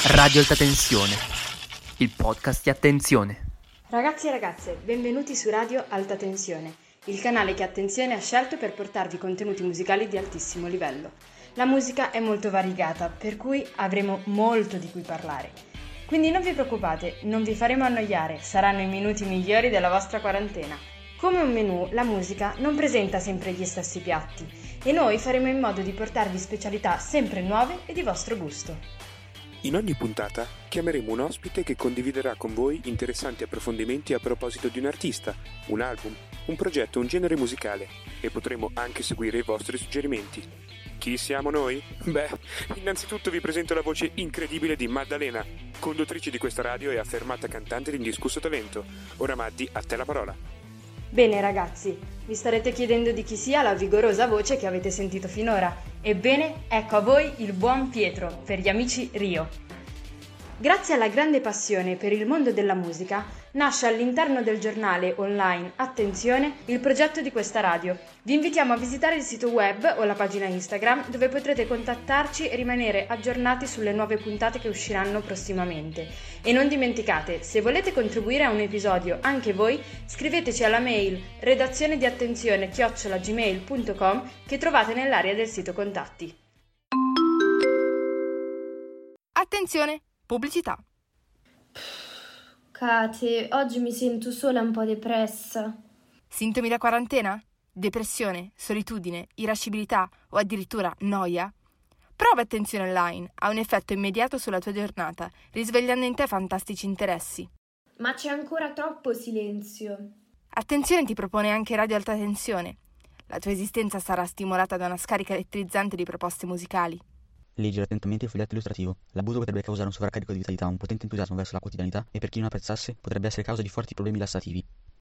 Radio Alta Tensione, il podcast di attenzione. Ragazzi e ragazze, benvenuti su Radio Alta Tensione, il canale che Attenzione ha scelto per portarvi contenuti musicali di altissimo livello. La musica è molto variegata, per cui avremo molto di cui parlare. Quindi non vi preoccupate, non vi faremo annoiare, saranno i minuti migliori della vostra quarantena. Come un menù, la musica non presenta sempre gli stessi piatti e noi faremo in modo di portarvi specialità sempre nuove e di vostro gusto. In ogni puntata chiameremo un ospite che condividerà con voi interessanti approfondimenti a proposito di un artista, un album, un progetto, un genere musicale e potremo anche seguire i vostri suggerimenti. Chi siamo noi? Beh, innanzitutto vi presento la voce incredibile di Maddalena, conduttrice di questa radio e affermata cantante di indiscusso talento. Ora Maddi, a te la parola. Bene ragazzi, vi starete chiedendo di chi sia la vigorosa voce che avete sentito finora. Ebbene, ecco a voi il buon Pietro, per gli amici Rio. Grazie alla grande passione per il mondo della musica, nasce all'interno del giornale online Attenzione il progetto di questa radio. Vi invitiamo a visitare il sito web o la pagina Instagram dove potrete contattarci e rimanere aggiornati sulle nuove puntate che usciranno prossimamente. E non dimenticate, se volete contribuire a un episodio anche voi, scriveteci alla mail redazione@gmail.com che trovate nell'area del sito contatti. Attenzione! Pubblicità. Kate, oggi mi sento sola e un po' depressa. Sintomi da quarantena? Depressione, solitudine, irascibilità o addirittura noia? Prova Attenzione Online, ha un effetto immediato sulla tua giornata, risvegliando in te fantastici interessi. Ma c'è ancora troppo silenzio. Attenzione ti propone anche Radio Alta Tensione. La tua esistenza sarà stimolata da una scarica elettrizzante di proposte musicali. Leggere attentamente il foglietto illustrativo. L'abuso potrebbe causare un sovraccarico di vitalità, un potente entusiasmo verso la quotidianità e per chi non apprezzasse potrebbe essere causa di forti problemi lassativi.